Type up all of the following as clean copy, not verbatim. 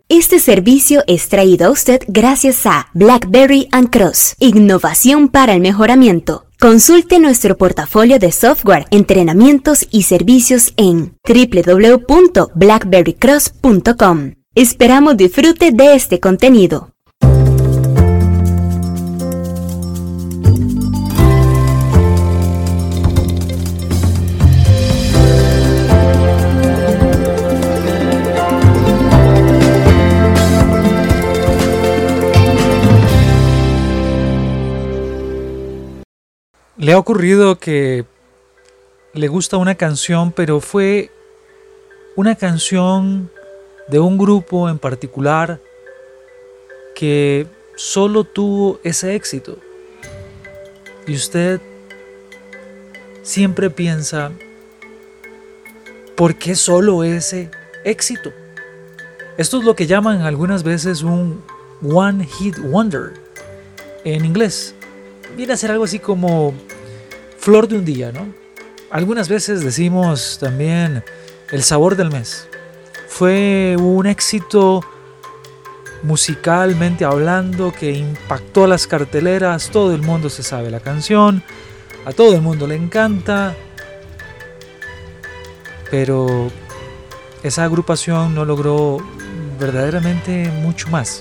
Este servicio es traído a usted gracias a BlackBerry & Cross, innovación para el mejoramiento. Consulte nuestro portafolio de software, entrenamientos y servicios en www.blackberrycross.com. Esperamos disfrute de este contenido. ¿Le ha ocurrido que le gusta una canción, pero fue una canción de un grupo en particular que solo tuvo ese éxito? Y usted siempre piensa, ¿por qué solo ese éxito? Esto es lo que llaman algunas veces un One Hit Wonder en inglés. Viene a ser algo así como flor de un día, ¿no? Algunas veces decimos también el sabor del mes. Fue un éxito musicalmente hablando que impactó las carteleras, todo el mundo se sabe la canción, a todo el mundo le encanta, pero esa agrupación no logró verdaderamente mucho más.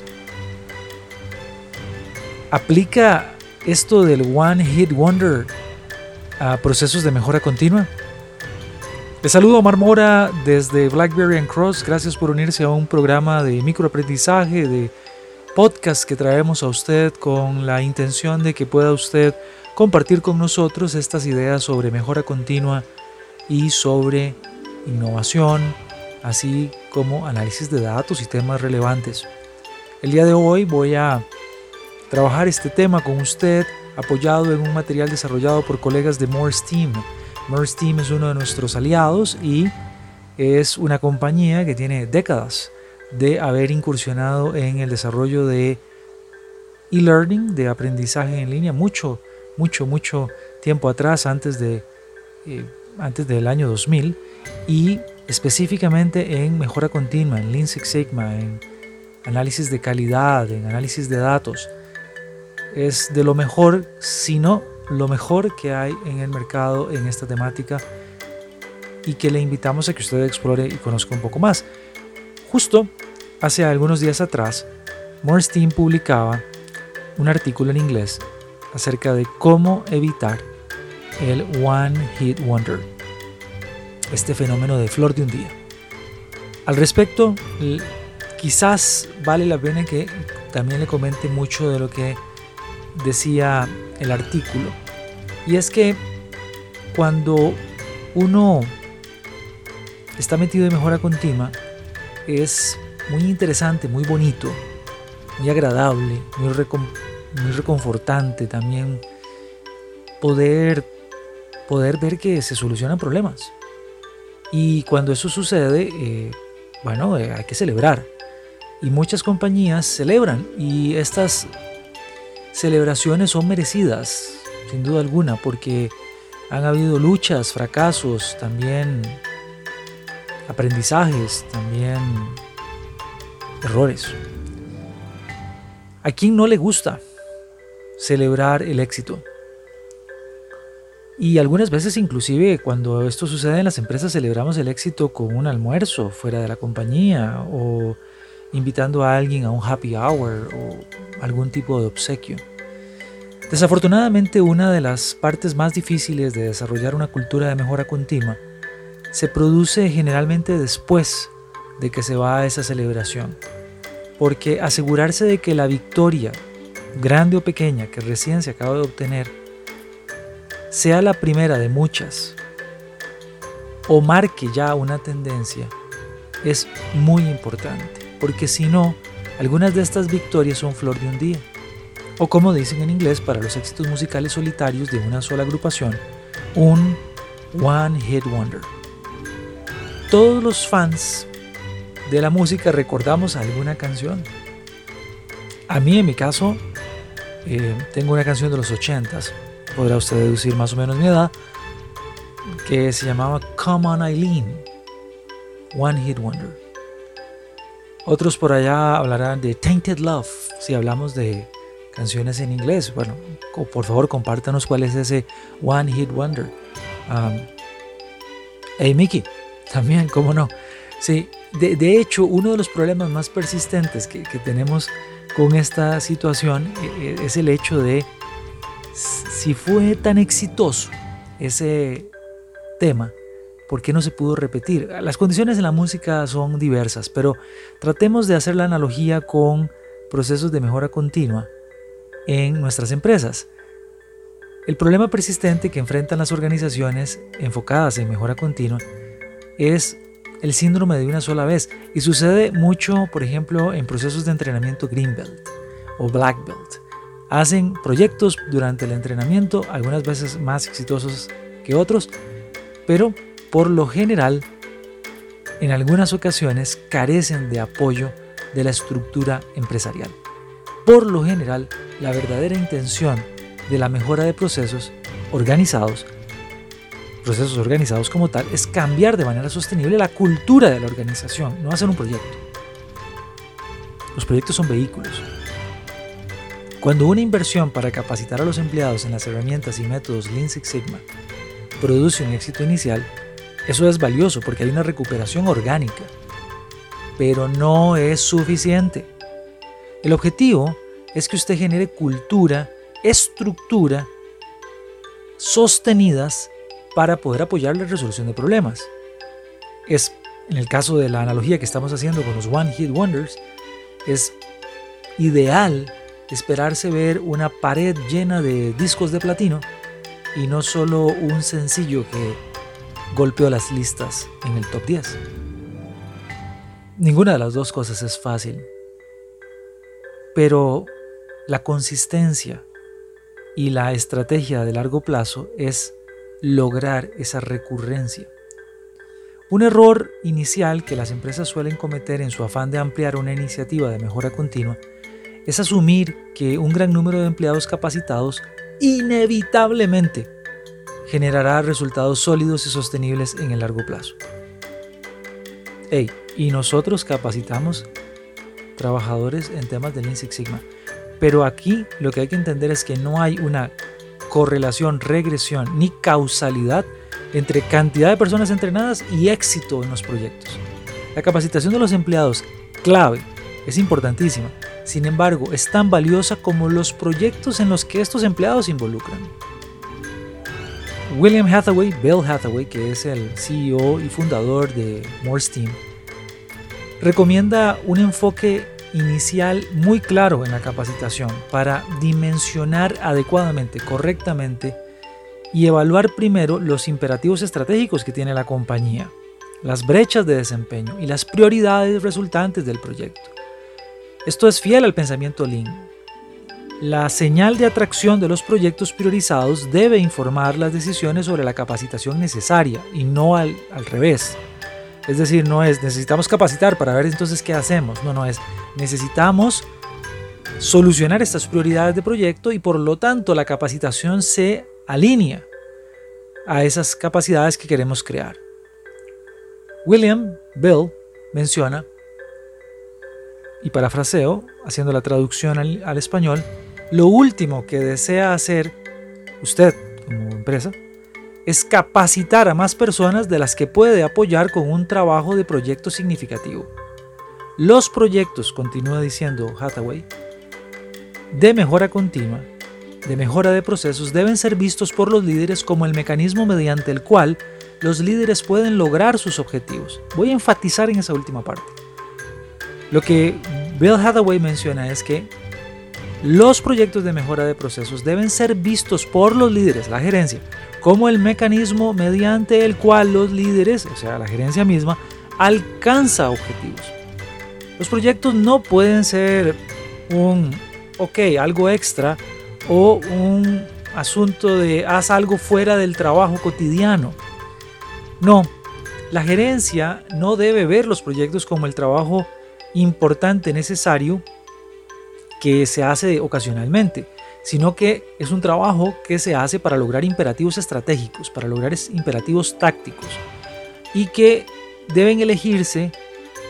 ¿Aplica esto del One Hit Wonder a procesos de mejora continua? Les saludo a Omar Mora desde BlackBerry & Cross. Gracias por unirse a un programa de microaprendizaje, de podcast que traemos a usted con la intención de que pueda usted compartir con nosotros estas ideas sobre mejora continua y sobre innovación, así como análisis de datos y temas relevantes. El día de hoy voy a trabajar este tema con usted apoyado en un material desarrollado por colegas de Morse Team. Morse Team es uno de nuestros aliados y es una compañía que tiene décadas de haber incursionado en el desarrollo de e-learning, de aprendizaje en línea, mucho tiempo atrás, antes del año 2000, y específicamente en mejora continua, en Lean Six Sigma, en análisis de calidad, en análisis de datos. Es de lo mejor, si no lo mejor que hay en el mercado en esta temática y que le invitamos a que usted explore y conozca un poco más. Justo hace algunos días atrás, Morse Team publicaba un artículo en inglés acerca de cómo evitar el One Hit Wonder, este fenómeno de flor de un día. Al respecto, quizás vale la pena que también le comente mucho de lo que decía el artículo, y es que cuando uno está metido en mejora continua es muy interesante, muy bonito, muy agradable, muy reconfortante también poder ver que se solucionan problemas, y cuando eso sucede, hay que celebrar, y muchas compañías celebran, y estas celebraciones son merecidas, sin duda alguna, porque han habido luchas, fracasos, también aprendizajes, también errores. ¿A quién no le gusta celebrar el éxito? Y algunas veces, inclusive cuando esto sucede en las empresas, celebramos el éxito con un almuerzo fuera de la compañía, o invitando a alguien a un happy hour o algún tipo de obsequio. Desafortunadamente, una de las partes más difíciles de desarrollar una cultura de mejora continua se produce generalmente después de que se va a esa celebración, porque asegurarse de que la victoria, grande o pequeña, que recién se acaba de obtener, sea la primera de muchas o marque ya una tendencia, es muy importante, porque si no, algunas de estas victorias son flor de un día, o como dicen en inglés para los éxitos musicales solitarios de una sola agrupación, un One Hit Wonder. Todos los fans de la música recordamos alguna canción. A mí, en mi caso, tengo una canción de los 80s, podrá usted deducir más o menos mi edad, que se llamaba Come On Eileen, One Hit Wonder. Otros por allá hablarán de Tainted Love, si hablamos de canciones en inglés. Bueno, por favor compártanos cuál es ese One Hit Wonder. Hey Mickey, también, cómo no. Sí, de hecho, uno de los problemas más persistentes que tenemos con esta situación es el hecho de si fue tan exitoso ese tema, ¿por qué no se pudo repetir? Las condiciones en la música son diversas, pero tratemos de hacer la analogía con procesos de mejora continua en nuestras empresas. El problema persistente que enfrentan las organizaciones enfocadas en mejora continua es el síndrome de una sola vez, y sucede mucho, por ejemplo, en procesos de entrenamiento Green Belt o Black Belt. Hacen proyectos durante el entrenamiento, algunas veces más exitosos que otros, pero por lo general, en algunas ocasiones carecen de apoyo de la estructura empresarial. Por lo general, la verdadera intención de la mejora de procesos organizados como tal, es cambiar de manera sostenible la cultura de la organización, no hacer un proyecto. Los proyectos son vehículos. Cuando una inversión para capacitar a los empleados en las herramientas y métodos Lean Six Sigma produce un éxito inicial, eso es valioso porque hay una recuperación orgánica, pero no es suficiente. El objetivo es que usted genere cultura, estructura sostenidas para poder apoyar la resolución de problemas. Es, en el caso de la analogía que estamos haciendo con los One Hit Wonders, es ideal esperarse ver una pared llena de discos de platino y no solo un sencillo que golpeó las listas en el top 10. Ninguna de las dos cosas es fácil, pero la consistencia y la estrategia de largo plazo es lograr esa recurrencia. Un error inicial que las empresas suelen cometer en su afán de ampliar una iniciativa de mejora continua es asumir que un gran número de empleados capacitados inevitablemente generará resultados sólidos y sostenibles en el largo plazo. Y nosotros capacitamos trabajadores en temas de Lean Six Sigma, pero aquí lo que hay que entender es que no hay una correlación, regresión ni causalidad entre cantidad de personas entrenadas y éxito en los proyectos. La capacitación de los empleados, clave, es importantísima. Sin embargo, es tan valiosa como los proyectos en los que estos empleados se involucran. Bill Hathaway, que es el CEO y fundador de Moore's Team, recomienda un enfoque inicial muy claro en la capacitación para dimensionar adecuadamente, correctamente y evaluar primero los imperativos estratégicos que tiene la compañía, las brechas de desempeño y las prioridades resultantes del proyecto. Esto es fiel al pensamiento Lean. La señal de atracción de los proyectos priorizados debe informar las decisiones sobre la capacitación necesaria y no al revés. Es decir, no es necesitamos capacitar para ver entonces qué hacemos. No es necesitamos solucionar estas prioridades de proyecto y por lo tanto la capacitación se alinea a esas capacidades que queremos crear. Bill menciona, y parafraseo, haciendo la traducción al español, lo último que desea hacer usted como empresa es capacitar a más personas de las que puede apoyar con un trabajo de proyecto significativo. Los proyectos, continúa diciendo Hathaway, de mejora continua, de mejora de procesos, deben ser vistos por los líderes como el mecanismo mediante el cual los líderes pueden lograr sus objetivos. Voy a enfatizar en esa última parte. Lo que Bill Hathaway menciona es que los proyectos de mejora de procesos deben ser vistos por los líderes, la gerencia, como el mecanismo mediante el cual los líderes, o sea, la gerencia misma, alcanza objetivos. Los proyectos no pueden ser algo extra o un asunto de haz algo fuera del trabajo cotidiano. No, la gerencia no debe ver los proyectos como el trabajo importante, necesario, que se hace ocasionalmente, sino que es un trabajo que se hace para lograr imperativos estratégicos, para lograr imperativos tácticos y que deben elegirse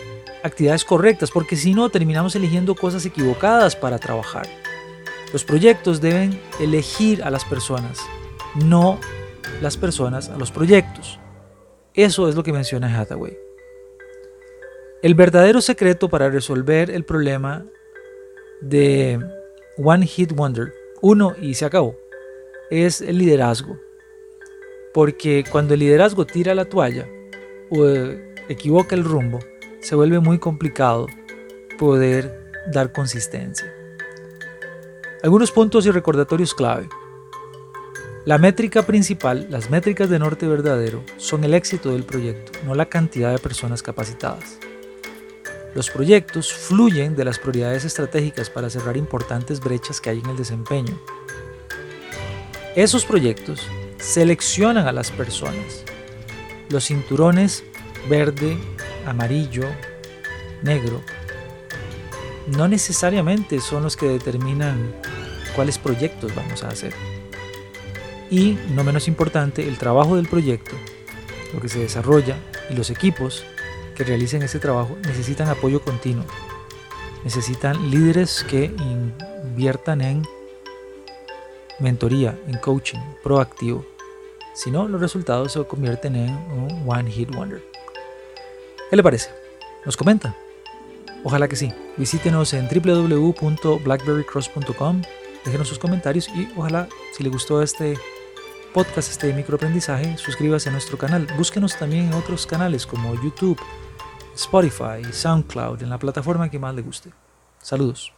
actividades correctas, porque si no terminamos eligiendo cosas equivocadas para trabajar. Los proyectos deben elegir a las personas, no las personas a los proyectos. Eso es lo que menciona Hathaway. El verdadero secreto para resolver el problema de One Hit Wonder, uno y se acabó, es el liderazgo. Porque cuando el liderazgo tira la toalla o equivoca el rumbo, se vuelve muy complicado poder dar consistencia. Algunos puntos y recordatorios clave. La métrica principal, las métricas de norte verdadero, son el éxito del proyecto, no la cantidad de personas capacitadas. Los proyectos fluyen de las prioridades estratégicas para cerrar importantes brechas que hay en el desempeño. Esos proyectos seleccionan a las personas. Los cinturones verde, amarillo, negro, no necesariamente son los que determinan cuáles proyectos vamos a hacer. Y, no menos importante, el trabajo del proyecto, lo que se desarrolla y los equipos que realicen ese trabajo necesitan apoyo continuo. Necesitan líderes que inviertan en mentoría, en coaching proactivo. Si no, los resultados se convierten en un One Hit Wonder. ¿Qué le parece? ¿Nos comenta? Ojalá que sí. Visítenos en www.blackberrycross.com. Déjenos sus comentarios y ojalá, si le gustó este podcast, este microaprendizaje, suscríbase a nuestro canal. Búsquenos también en otros canales como YouTube, Spotify, SoundCloud, en la plataforma que más le guste. Saludos.